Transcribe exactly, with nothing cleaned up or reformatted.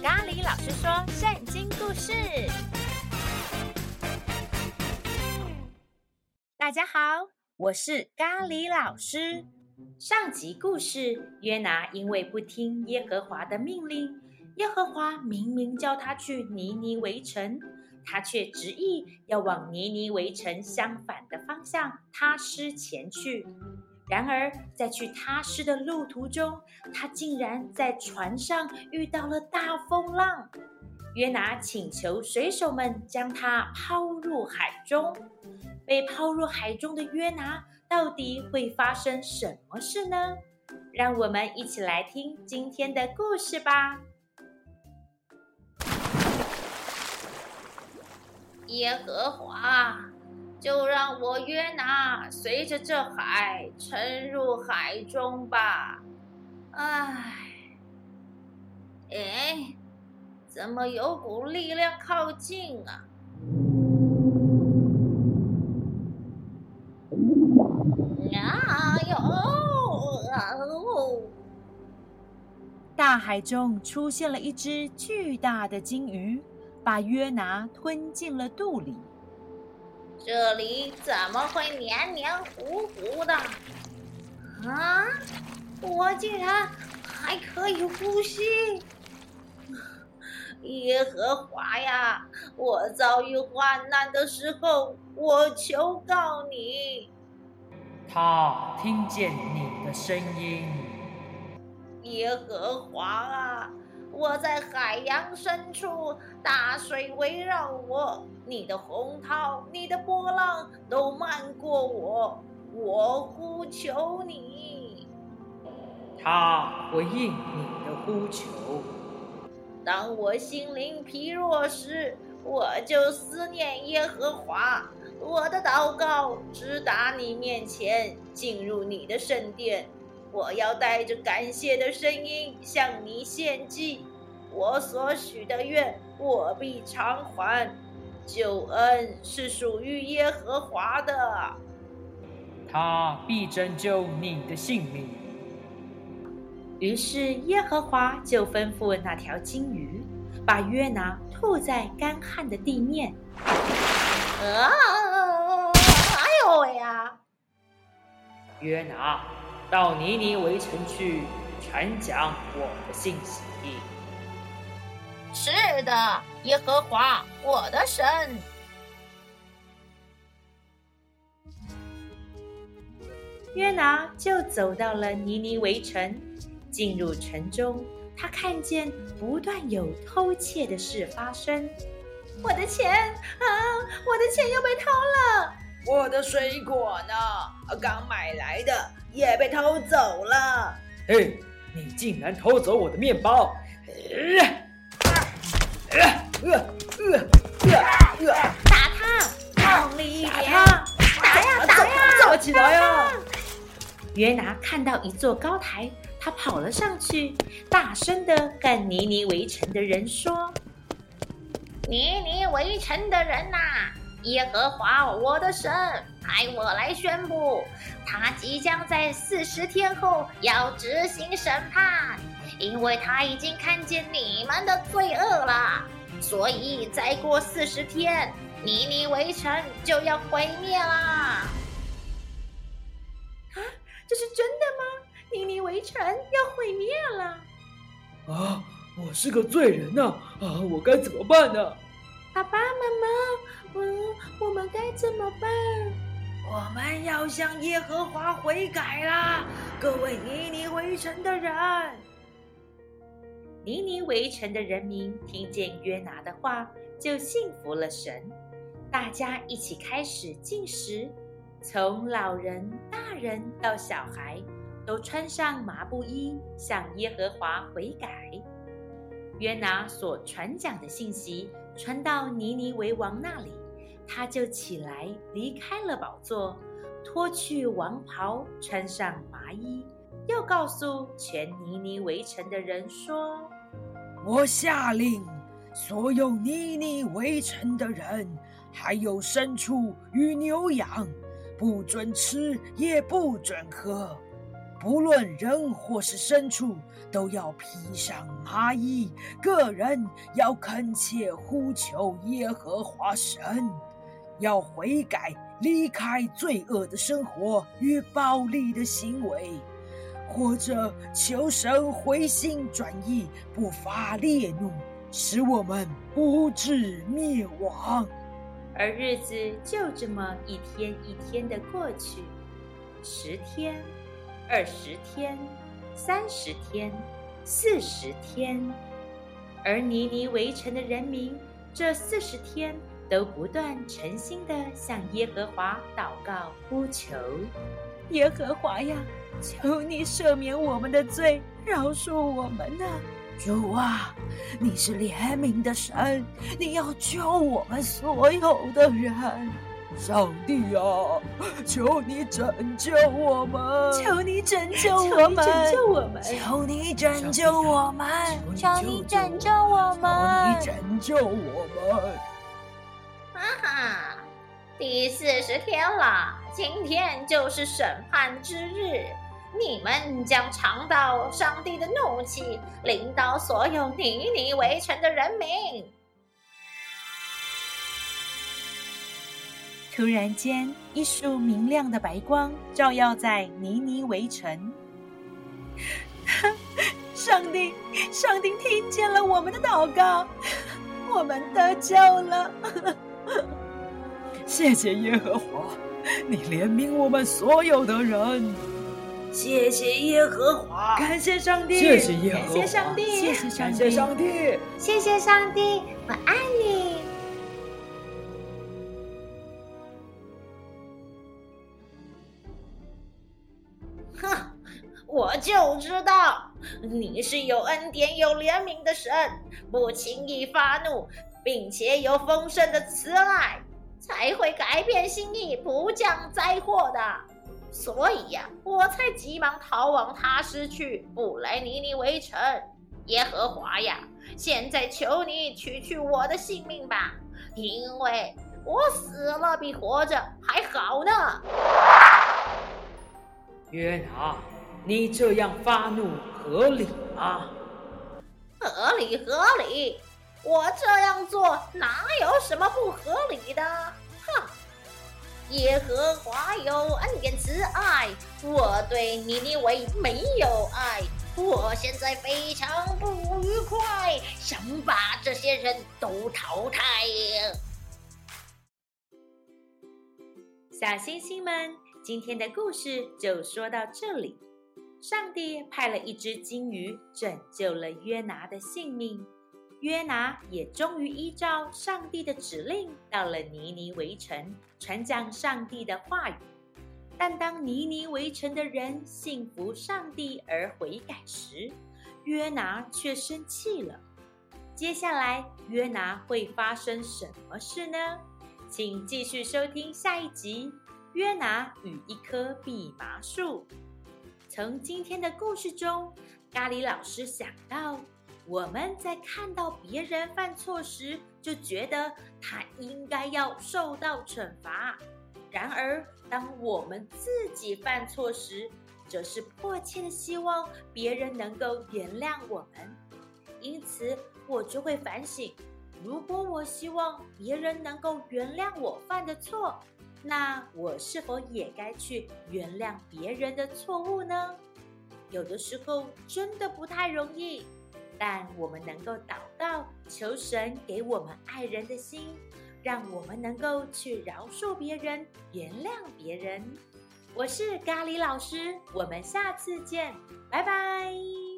咖喱老师说圣经故事。大家好，我是咖喱老师。上集故事，约拿因为不听耶和华的命令，耶和华明明叫他去尼尼微城，他却执意要往尼尼微城相反的方向他施前去。然而在去他施的路途中，他竟然在船上遇到了大风浪。约拿请求水手们将他抛入海中。被抛入海中的约拿到底会发生什么事呢？让我们一起来听今天的故事吧。耶和华，就让我约拿随着这海沉入海中吧。唉，哎，怎么有股力量靠近啊？啊哟！啊哦！大海中出现了一只巨大的鲸鱼，把约拿吞进了肚里。这里怎么会黏黏糊糊的？啊！我竟然还可以呼吸！耶和华呀，我遭遇患难的时候，我求告你。 他听见你的声音。 耶和华啊，我在海洋深处，大水围绕我，你的洪涛，你的波浪都漫过我，我呼求你。 他回应你的呼求。 当我心灵疲弱时，我就思念耶和华，我的祷告直达你面前，进入你的圣殿。我要带着感谢的声音向你献祭，我所许的愿，我必偿还。救恩是属于耶和华的， 他必拯救你的性命。 于是耶和华就吩咐那条鲸鱼，把约拿吐在干旱的地面。啊！哎呦喂呀！ 约拿，到尼尼微城去传讲我的信息。 是的，耶和华，我的神。约拿就走到了尼尼微城。进入城中，他看见不断有偷窃的事发生。我的钱啊！我的钱又被偷了！ 我的水果呢？刚买来的也被偷走了！ 嘿，你竟然偷走我的面包！ 打他！用力一点！打呀打呀！ 打起来呀！ 约拿看到一座高台，他跑了上去，大声地跟尼尼微城的人说：尼尼微城的人呐、啊，耶和华我的神派我来宣布，他即将在四十天后要执行审判，因为他已经看见你们的罪恶了，所以再过四十天，尼尼微城就要毁灭啦！啊，这是真的吗？尼尼微城要毁灭了！ 啊，我是个罪人呐、啊！啊，我该怎么办呢？ 爸爸妈妈，嗯，我们该怎么办？ 我们要向耶和华悔改啦！各位尼尼微城的人。 尼尼微城的人民听见约拿的话，就信服了神。大家一起开始禁食，从老人、大人到小孩，都穿上麻布衣，向耶和华悔改。约拿所传讲的信息传到尼尼微王那里，他就起来离开了宝座，脱去王袍，穿上麻衣，又告诉全尼尼微城的人说： 我下令，所有尼尼微城的人，还有牲畜与牛羊，不准吃，也不准喝。 不论人或是牲畜，都要披上麻衣，个人要恳切呼求耶和华神，要悔改，离开罪恶的生活与暴力的行为，或者求神回心转意，不发烈怒，使我们不致灭亡。 而日子就这么一天一天的过去，十天、二十天、三十天、四十天，而尼尼微城的人民这四十天都不断诚心地向耶和华祷告呼求。耶和华呀，求你赦免我们的罪，饶恕我们啊！ 主啊，你是怜悯的神，你要救我们所有的人。上帝啊，求你拯救我们！ 求你拯救我们！ 求你拯救我们！ 求你拯救我们！ 求你拯救我们！ 哈哈，第四十天了，今天就是审判之日，你们将尝到上帝的怒气，临到所有尼尼微城的人民。 突然间，一束明亮的白光照耀在尼尼微城。上帝，上帝听见了我们的祷告，我们得救了。 谢谢耶和华，你怜悯我们所有的人。 谢谢耶和华，感谢上帝， 谢谢耶和华， 感谢上帝， 谢谢上帝，上帝， 谢谢上帝，我爱你。 哼，我就知道你是有恩典、有怜悯的神，不轻易发怒，并且有丰盛的慈爱，才会改变心意，不降灾祸的。所以呀、啊，我才急忙逃往他施去，不来尼尼微城。耶和华呀，现在求你取去我的性命吧，因为我死了比活着还好呢。 约拿，你这样发怒合理吗？ 合理合理，我这样做哪有什么不合理的？哼！耶和华有恩典慈爱，我对尼尼微没有爱，我现在非常不愉快，想把这些人都淘汰。 小星星们，今天的故事就说到这里。上帝派了一只金鱼拯救了约拿的性命，约拿也终于依照上帝的指令到了尼尼微城，传讲上帝的话语。但当尼尼微城的人信服上帝而悔改时，约拿却生气了。接下来约拿会发生什么事呢？请继续收听下一集约拿与一棵蓖麻树。从今天的故事中，咖喱老师想到，我们在看到别人犯错时，就觉得他应该要受到惩罚。然而，当我们自己犯错时，则是迫切的希望别人能够原谅我们。因此，我就会反省，如果我希望别人能够原谅我犯的错，那我是否也该去原谅别人的错误呢？有的时候真的不太容易，但我们能够祷告，求神给我们爱人的心，让我们能够去饶恕别人，原谅别人。我是咖喱老师，我们下次见，拜拜。